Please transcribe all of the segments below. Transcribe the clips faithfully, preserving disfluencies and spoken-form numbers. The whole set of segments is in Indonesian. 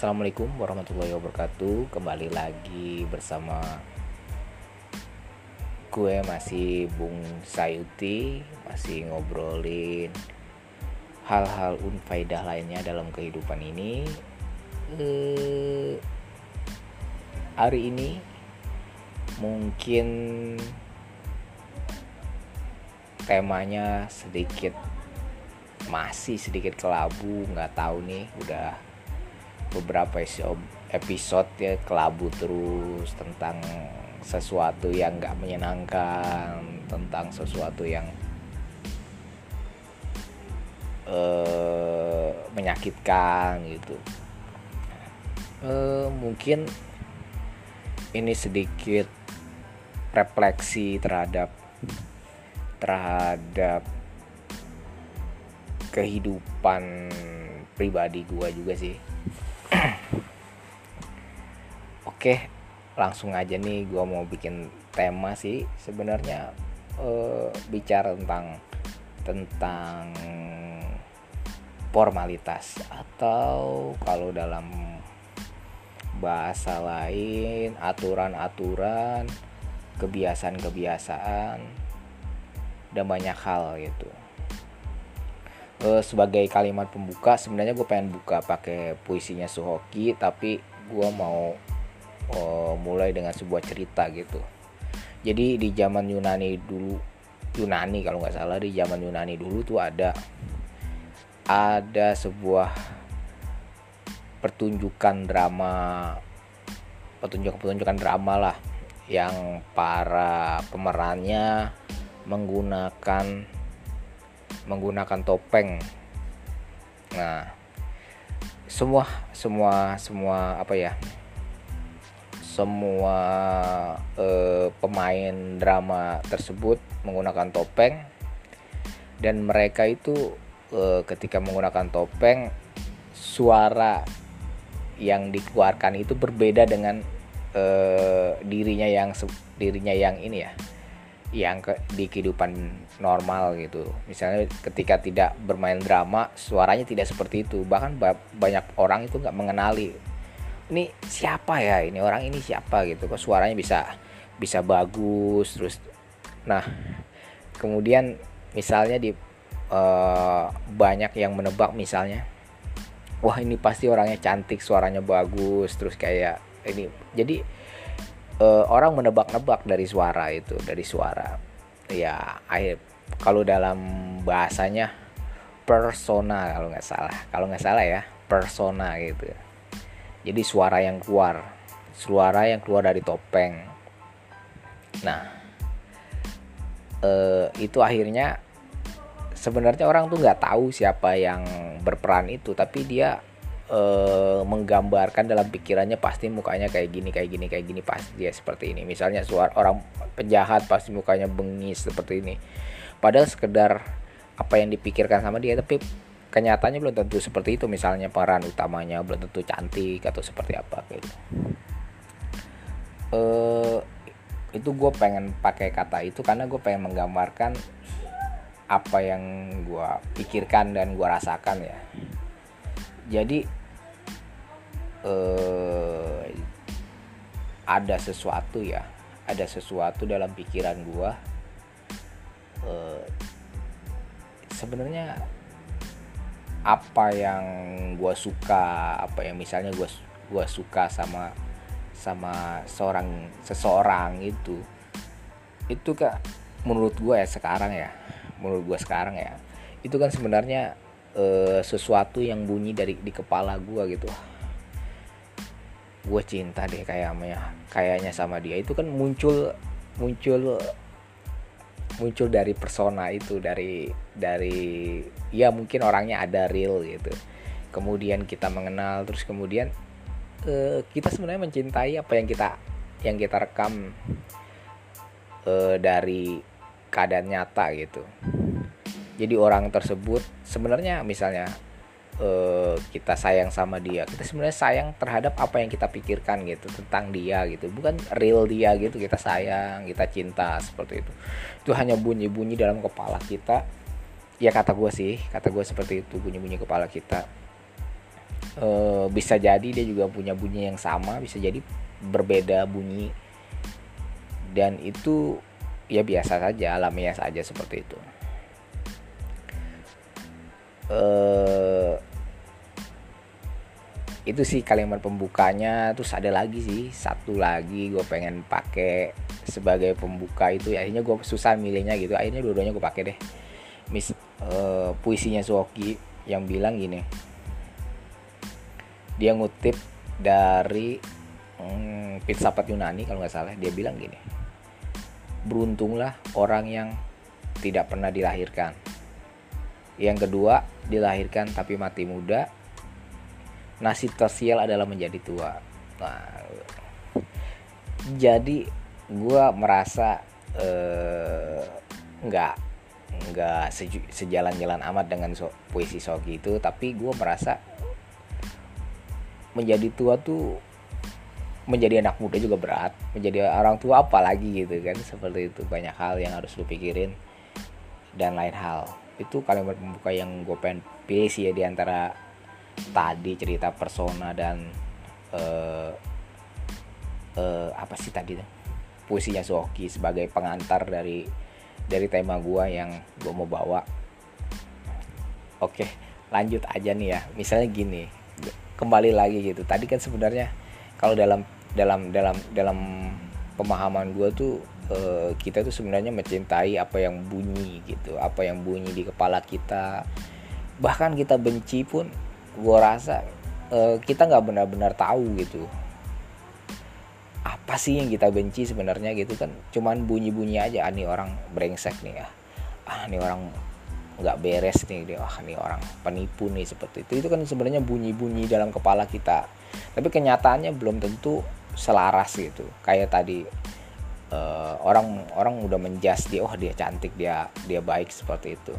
Assalamualaikum warahmatullahi wabarakatuh. Kembali lagi bersama gue masih Bung Sayuti. Masih ngobrolin hal-hal unfaidah lainnya dalam kehidupan ini. eh, Hari ini mungkin temanya sedikit masih sedikit kelabu, nggak tahu nih, udah beberapa episode ya kelabu terus tentang sesuatu yang nggak menyenangkan, tentang sesuatu yang uh, menyakitkan gitu. Uh, mungkin ini sedikit refleksi terhadap terhadap kehidupan pribadi gue juga sih. Oke, langsung aja nih gue mau bikin tema sih sebenarnya, eh, bicara tentang tentang formalitas, atau kalau dalam bahasa lain aturan-aturan, kebiasaan-kebiasaan, dan banyak hal gitu. Uh, sebagai kalimat pembuka, sebenarnya gue pengen buka pakai puisinya Suhoki, tapi gue mau uh, mulai dengan sebuah cerita gitu. Jadi di zaman Yunani dulu, Yunani kalau nggak salah, di zaman Yunani dulu tuh ada ada sebuah pertunjukan drama, pertunjukan-pertunjukan drama lah, yang para pemerannya menggunakan menggunakan topeng. Nah, semua semua semua apa ya? Semua eh, pemain drama tersebut menggunakan topeng, dan mereka itu eh, ketika menggunakan topeng, suara yang dikeluarkan itu berbeda dengan eh, dirinya yang dirinya yang ini ya, yang ke, di kehidupan normal gitu. Misalnya ketika tidak bermain drama, suaranya tidak seperti itu. Bahkan ba- banyak orang itu nggak mengenali, ini siapa ya, ini orang ini siapa gitu, kok suaranya bisa bisa bagus terus. Nah, kemudian misalnya di uh, banyak yang menebak, misalnya, wah ini pasti orangnya cantik, suaranya bagus, terus kayak ini. Jadi Uh, orang menebak-nebak dari suara itu, dari suara. Ya, akhir kalau dalam bahasanya persona, kalau nggak salah, kalau nggak salah ya, persona gitu. Jadi suara yang keluar, suara yang keluar dari topeng. Nah, uh, itu akhirnya sebenarnya orang tuh nggak tahu siapa yang berperan itu, tapi dia Uh, menggambarkan dalam pikirannya, pasti mukanya kayak gini, kayak gini, kayak gini, pasti dia seperti ini. Misalnya suara orang penjahat pasti mukanya bengis seperti ini. Padahal sekedar apa yang dipikirkan sama dia, tapi kenyataannya belum tentu seperti itu. Misalnya peran utamanya belum tentu cantik atau seperti apa gitu. Uh, itu gue pengen pakai kata itu karena gue pengen menggambarkan apa yang gue pikirkan dan gue rasakan ya. Jadi eh, ada sesuatu ya, ada sesuatu dalam pikiran gue. Eh, sebenarnya apa yang gue suka, apa yang misalnya gue gue suka sama sama seorang seseorang itu, itu kak, menurut gue ya sekarang ya, menurut gue sekarang ya, itu kan sebenarnya Uh, sesuatu yang bunyi dari di kepala gue gitu. Gue cinta deh kayaknya kayaknya sama dia. Itu kan muncul muncul muncul dari persona itu, dari dari ya mungkin orangnya ada real gitu. Kemudian kita mengenal, terus kemudian uh, kita sebenarnya mencintai apa yang kita yang kita rekam uh, dari keadaan nyata gitu. Jadi orang tersebut sebenarnya, misalnya uh, kita sayang sama dia, kita sebenarnya sayang terhadap apa yang kita pikirkan gitu tentang dia gitu, bukan real dia gitu. Kita sayang, kita cinta seperti itu. Itu hanya bunyi-bunyi dalam kepala kita. Ya kata gue sih, kata gue seperti itu, bunyi-bunyi kepala kita. e, bisa jadi dia juga punya bunyi yang sama, bisa jadi berbeda bunyi, dan itu ya biasa saja, alamiah saja seperti itu. Eh, itu sih kalimat pembukanya. Terus ada lagi sih, satu lagi gue pengen pakai sebagai pembuka itu ya, akhirnya gue susah milihnya gitu, akhirnya dua-duanya gue pakai deh. Mis uh, puisinya Suoki yang bilang gini, dia ngutip dari hmm, filsafat Yunani kalau nggak salah, dia bilang gini, beruntunglah orang yang tidak pernah dilahirkan. Yang kedua, dilahirkan tapi mati muda. Nasib tersial adalah menjadi tua. Nah, jadi gue merasa eh, nggak nggak seju- sejalan-jalan amat dengan so- puisi Sogi itu, tapi gue merasa menjadi tua tuh, menjadi anak muda juga berat, menjadi orang tua apalagi gitu kan, seperti itu. Banyak hal yang harus lu pikirin dan lain hal. Itu kalimat pembuka yang gue pengen pilih sih ya, diantara tadi cerita persona dan uh, uh, apa sih tadi tuh, puisinya Suoki sebagai pengantar dari dari tema gue yang gue mau bawa. Oke, lanjut aja nih ya. Misalnya gini, kembali lagi gitu. Tadi kan sebenarnya kalau dalam dalam dalam dalam pemahaman gue tuh, Uh, kita tuh sebenarnya mencintai apa yang bunyi gitu, apa yang bunyi di kepala kita. Bahkan kita benci pun, gue rasa uh, kita nggak benar-benar tahu gitu apa sih yang kita benci sebenarnya gitu kan. Cuman bunyi-bunyi aja, ah nih orang brengsek nih ya, ah nih orang nggak beres nih dia, ah nih orang penipu nih, seperti itu. Itu kan sebenarnya bunyi-bunyi dalam kepala kita, tapi kenyataannya belum tentu selaras gitu. Kayak tadi, Uh, orang orang udah menjudge dia, oh dia cantik, dia dia baik, seperti itu.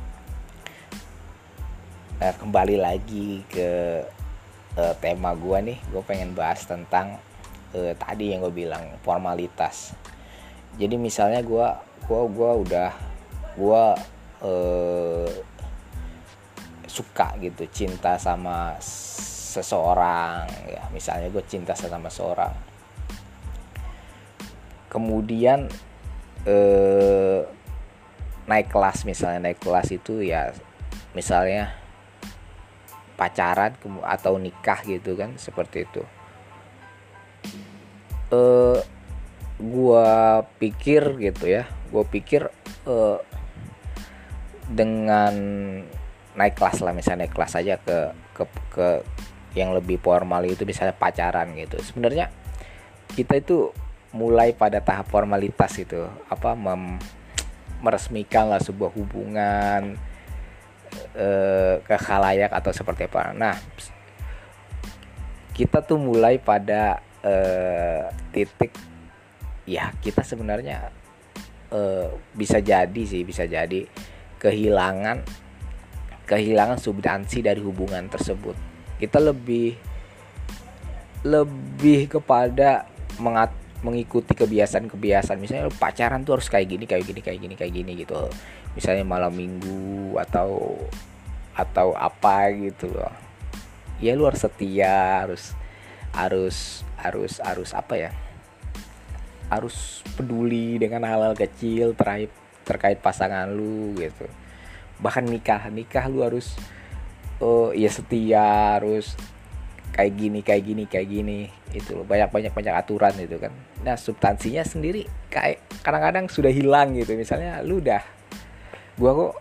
Nah, kembali lagi ke uh, tema gue nih, gue pengen bahas tentang uh, tadi yang gue bilang, formalitas. Jadi misalnya gue gue gue udah gue uh, suka gitu, cinta sama seseorang ya, misalnya gue cinta sama seseorang, kemudian eh, naik kelas, misalnya naik kelas itu ya, misalnya pacaran atau nikah gitu kan, seperti itu. Eh, gua pikir gitu ya, gua pikir eh, dengan naik kelas lah, misalnya naik kelas aja ke ke ke yang lebih formal itu, misalnya pacaran gitu. Sebenarnya kita itu mulai pada tahap formalitas itu, apa mem, meresmikan lah sebuah hubungan e, ke khalayak atau seperti apa. Nah, kita tuh mulai pada e, titik ya, kita sebenarnya e, bisa jadi sih, bisa jadi kehilangan kehilangan substansi dari hubungan tersebut. Kita lebih lebih kepada mengat mengikuti kebiasaan-kebiasaan, misalnya pacaran tuh harus kayak gini, kayak gini, kayak gini, kayak gini gitu. Misalnya malam minggu atau atau apa gitu loh. Ya lu harus setia, harus harus harus harus apa ya? Harus peduli dengan hal-hal kecil terkait terkait pasangan lu gitu. Bahkan nikah, nikah lu harus oh ya setia, harus kayak gini, kayak gini, kayak gini. Itu loh, banyak-banyak banyak aturan gitu kan. Nah, substansinya sendiri kayak kadang-kadang sudah hilang gitu. Misalnya lu udah, gua kok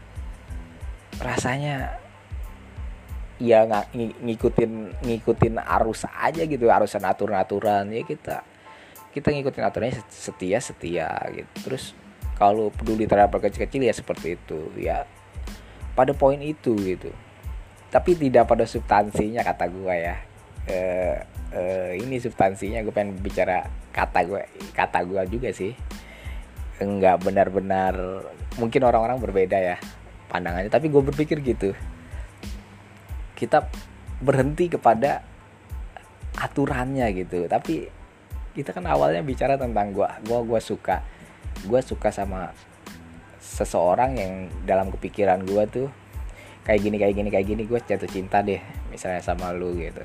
rasanya ya nggak ngikutin ngikutin arus aja gitu, arusan aturan-aturan ya, kita kita ngikutin aturannya, setia setia gitu. Terus kalau peduli terhadap kecil-kecil ya seperti itu ya, pada poin itu gitu. Tapi tidak pada substansinya, kata gua ya. Eh, eh, ini substansinya, gue pengen bicara kata gue kata gue juga sih, enggak benar-benar, mungkin orang-orang berbeda ya pandangannya, tapi gue berpikir gitu, kita berhenti kepada aturannya gitu. Tapi kita kan awalnya bicara tentang gue gue gue suka gue suka sama seseorang yang dalam kepikiran gue tuh kayak gini, kayak gini, kayak gini, gue jatuh cinta deh misalnya sama lu gitu.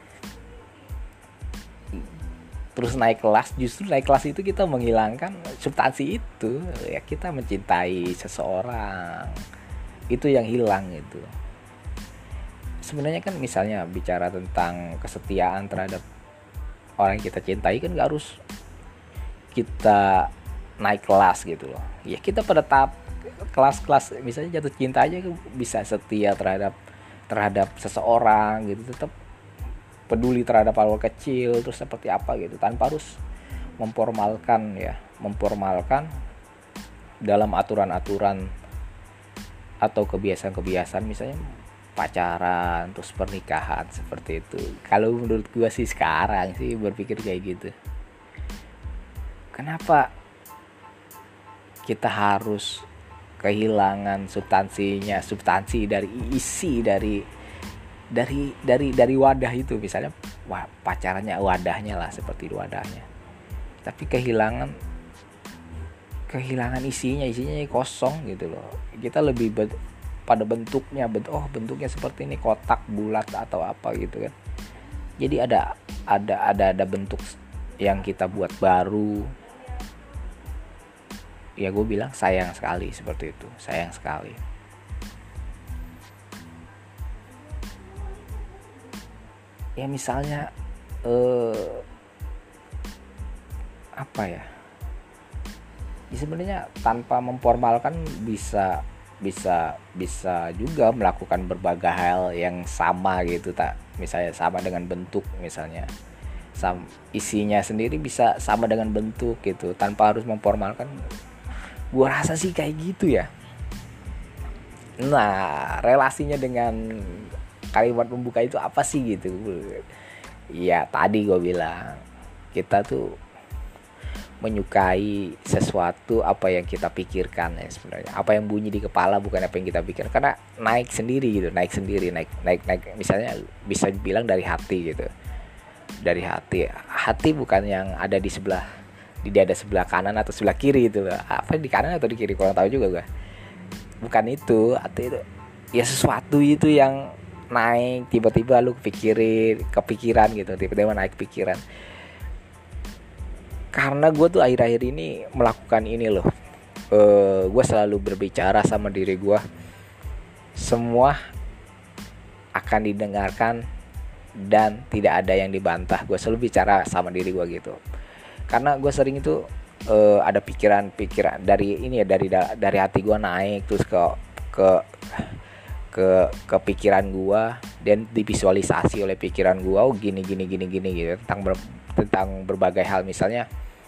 Terus naik kelas, justru naik kelas itu kita menghilangkan substansi itu. Ya kita mencintai seseorang, itu yang hilang itu. Sebenarnya kan misalnya bicara tentang kesetiaan terhadap orang yang kita cintai kan gak harus kita naik kelas gitu loh. Ya kita pada tahap kelas-kelas misalnya jatuh cinta aja bisa setia terhadap terhadap seseorang gitu, tetap peduli terhadap hal kecil terus seperti apa gitu, tanpa harus memformalkan ya memformalkan dalam aturan-aturan atau kebiasaan-kebiasaan misalnya pacaran terus pernikahan seperti itu. Kalau menurut gua sih sekarang sih berpikir kayak gitu. Kenapa kita harus kehilangan substansinya, substansi dari isi dari dari dari dari wadah itu, misalnya wah, pacarannya wadahnya lah, seperti wadahnya, tapi kehilangan kehilangan isinya isinya kosong gitu loh. Kita lebih be- pada bentuknya, bentuk oh bentuknya seperti ini, kotak, bulat atau apa gitu kan. Jadi ada ada ada ada bentuk yang kita buat baru. Ya gue bilang sayang sekali seperti itu, sayang sekali. Ya misalnya eh, apa ya? Ya sebenarnya tanpa memformalkan bisa bisa bisa juga melakukan berbagai hal yang sama gitu, tak misalnya sama dengan bentuk, misalnya sam, isinya sendiri bisa sama dengan bentuk gitu tanpa harus memformalkan. Gua rasa sih kayak gitu ya. Nah, relasinya dengan kalimat pembuka itu apa sih gitu? Ya tadi gue bilang, kita tuh menyukai sesuatu apa yang kita pikirkan ya sebenarnya. Apa yang bunyi di kepala bukan apa yang kita pikirkan, karena naik sendiri gitu, naik sendiri, naik naik naik misalnya bisa dibilang dari hati gitu. Dari hati. Hati bukan yang ada di sebelah di dada sebelah kanan atau sebelah kiri itu. Apa di kanan atau di kiri kurang tahu juga gue. Bukan itu, hati itu ya sesuatu itu yang naik tiba-tiba lu kepikirin kepikiran gitu, tiba-tiba naik pikiran. Karena gue tuh akhir-akhir ini melakukan ini loh, e, gue selalu berbicara sama diri gue, semua akan didengarkan dan tidak ada yang dibantah. Gue selalu bicara sama diri gue gitu, karena gue sering itu e, ada pikiran-pikiran dari ini ya, dari dari hati gue naik terus ke ke ke kepikiran gua dan divisualisasi oleh pikiran gua, oh gini gini gini gini gitu, tentang ber, tentang berbagai hal. Misalnya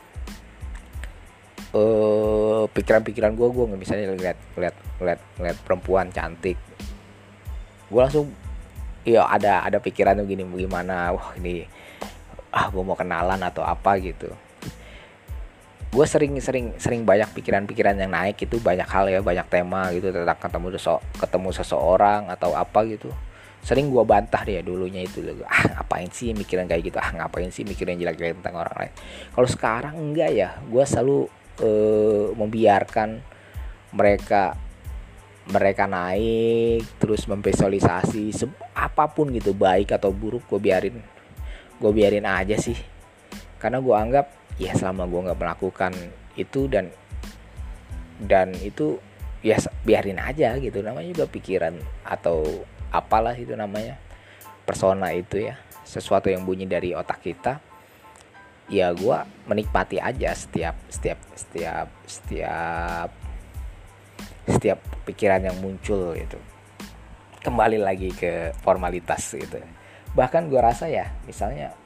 eh pikiran-pikiran gua gua misalnya lihat lihat lihat lihat perempuan cantik, gua langsung ya ada ada pikiran tuh gini, gimana wah ini ah gua mau kenalan atau apa gitu. Gue sering sering sering banyak pikiran-pikiran yang naik itu, banyak hal ya, banyak tema gitu tentang ketemu sese- ketemu seseorang atau apa gitu. Sering gue bantah dia dulunya itu loh, ah ngapain sih mikirin kayak gitu, ah ngapain sih mikirin jelek-jelek tentang orang lain. Kalau sekarang enggak ya, gue selalu eh, membiarkan mereka mereka naik terus memvisualisasi se- apapun gitu, baik atau buruk, gue biarin gue biarin aja sih. Karena gue anggap ya selama gue nggak melakukan itu dan dan itu ya biarin aja gitu, namanya juga pikiran atau apalah itu namanya, persona itu ya, sesuatu yang bunyi dari otak kita. Ya gue menikmati aja setiap setiap setiap setiap setiap pikiran yang muncul gitu. Kembali lagi ke formalitas gitu. Bahkan gue rasa ya misalnya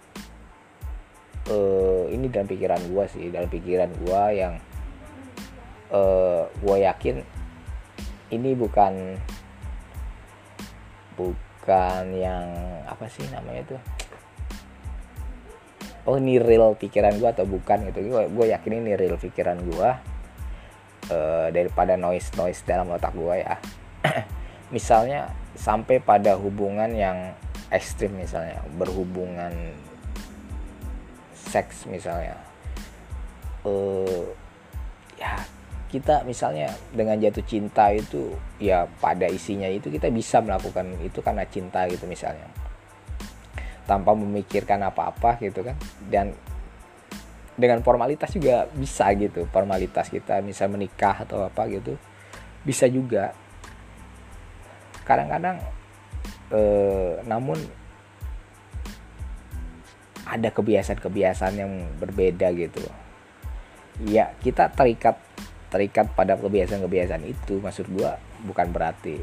Uh, ini dalam pikiran gue sih, dalam pikiran gue yang uh, gue yakin ini bukan bukan yang apa sih namanya tuh, oh ini real pikiran gue atau bukan gitu. Gue gue yakin ini real pikiran gue uh, daripada noise noise dalam otak gue ya. Misalnya sampai pada hubungan yang ekstrim, misalnya berhubungan seks misalnya, uh, ya kita misalnya dengan jatuh cinta itu ya pada isinya itu kita bisa melakukan itu karena cinta gitu misalnya, tanpa memikirkan apa-apa gitu kan. Dan dengan formalitas juga bisa gitu, formalitas kita misal menikah atau apa gitu bisa juga kadang-kadang. eh, namun ada kebiasaan-kebiasaan yang berbeda gitu ya, kita terikat terikat pada kebiasaan-kebiasaan itu. Maksud gue bukan berarti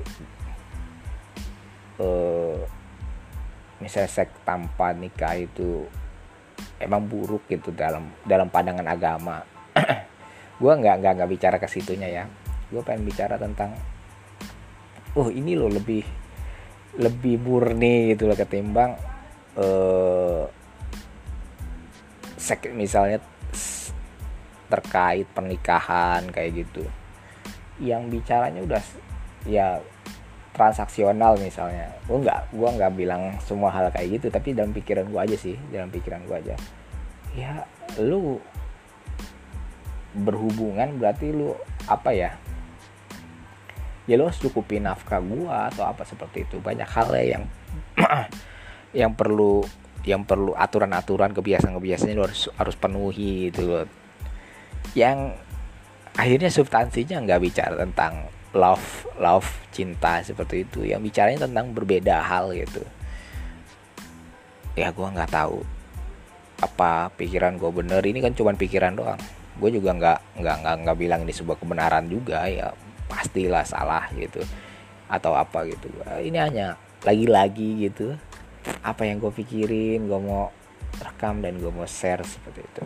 uh, misalnya seks tanpa nikah itu emang buruk gitu dalam dalam pandangan agama. Gue nggak nggak nggak bicara ke situnya ya. Gue pengen bicara tentang oh ini loh lebih lebih murni gitu loh ketimbang uh, seks misalnya terkait pernikahan kayak gitu, yang bicaranya udah ya transaksional misalnya. Gue nggak gue nggak bilang semua hal kayak gitu, tapi dalam pikiran gue aja sih, dalam pikiran gue aja ya, lu berhubungan berarti lu apa ya ya lu harus cukupin nafkah gue atau apa seperti itu. Banyak hal yang yang perlu yang perlu aturan-aturan, kebiasaan-kebiasaan lu harus harus penuhi gitu loh, yang akhirnya substansinya nggak bicara tentang love love cinta seperti itu, yang bicaranya tentang berbeda hal gitu ya. Gue nggak tahu apa pikiran gue bener, ini kan cuma pikiran doang. Gue juga nggak nggak nggak nggak bilang ini sebuah kebenaran juga ya, pastilah salah gitu atau apa gitu. Ini hanya lagi-lagi gitu apa yang gue pikirin, gue mau rekam dan gue mau share seperti itu.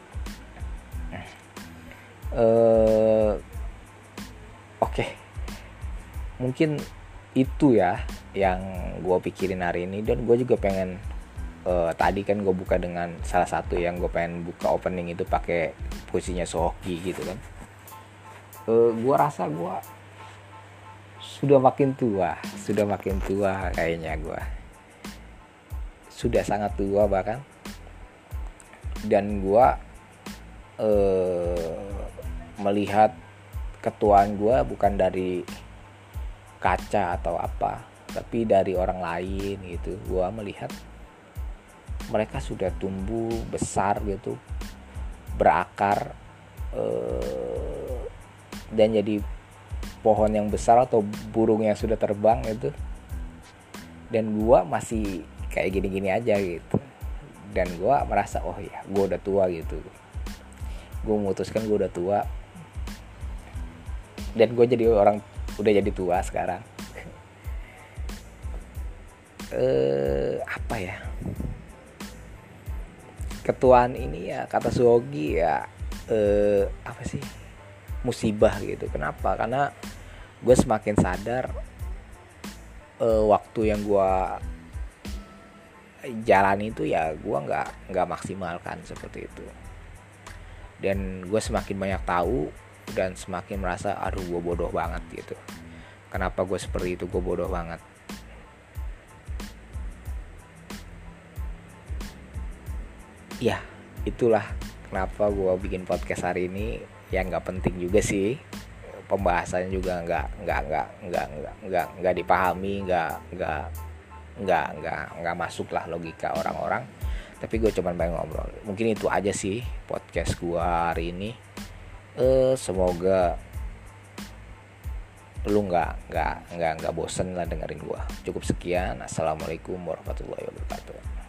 Uh, Oke, okay. Mungkin itu ya yang gue pikirin hari ini. Dan gue juga pengen uh, tadi kan gue buka dengan salah satu yang gue pengen buka opening itu pakai puisinya Sohoki gitu kan. Uh, gue rasa gue sudah makin tua, sudah makin tua kayaknya gue sudah sangat tua bahkan. Dan gue uh, melihat ketuaan gue bukan dari kaca atau apa, tapi dari orang lain gitu. Gue melihat mereka sudah tumbuh besar gitu, berakar eh, dan jadi pohon yang besar atau burung yang sudah terbang gitu. Dan gue masih kayak gini-gini aja gitu. Dan gue merasa oh ya gue udah tua gitu. Gue memutuskan gue udah tua. Dan gue jadi orang udah jadi tua sekarang. eh apa ya, ketuaan ini ya kata Suhoki ya eh apa sih, musibah gitu. Kenapa? Karena gue semakin sadar eh, waktu yang gue jalani itu ya gue nggak nggak maksimalkan seperti itu. Dan gue semakin banyak tahu dan semakin merasa aduh gue bodoh banget gitu. Kenapa gue seperti itu, gue bodoh banget. Ya itulah kenapa gue bikin podcast hari ini. Yang nggak penting juga sih, pembahasannya juga nggak nggak nggak nggak nggak nggak nggak dipahami, nggak nggak nggak nggak nggak masuk lah logika orang-orang. Tapi gue cuman pengen ngobrol. Mungkin itu aja sih podcast gue hari ini. Eh, semoga lu nggak nggak nggak nggak bosen lah dengerin gue. Cukup sekian. Assalamualaikum warahmatullahi wabarakatuh.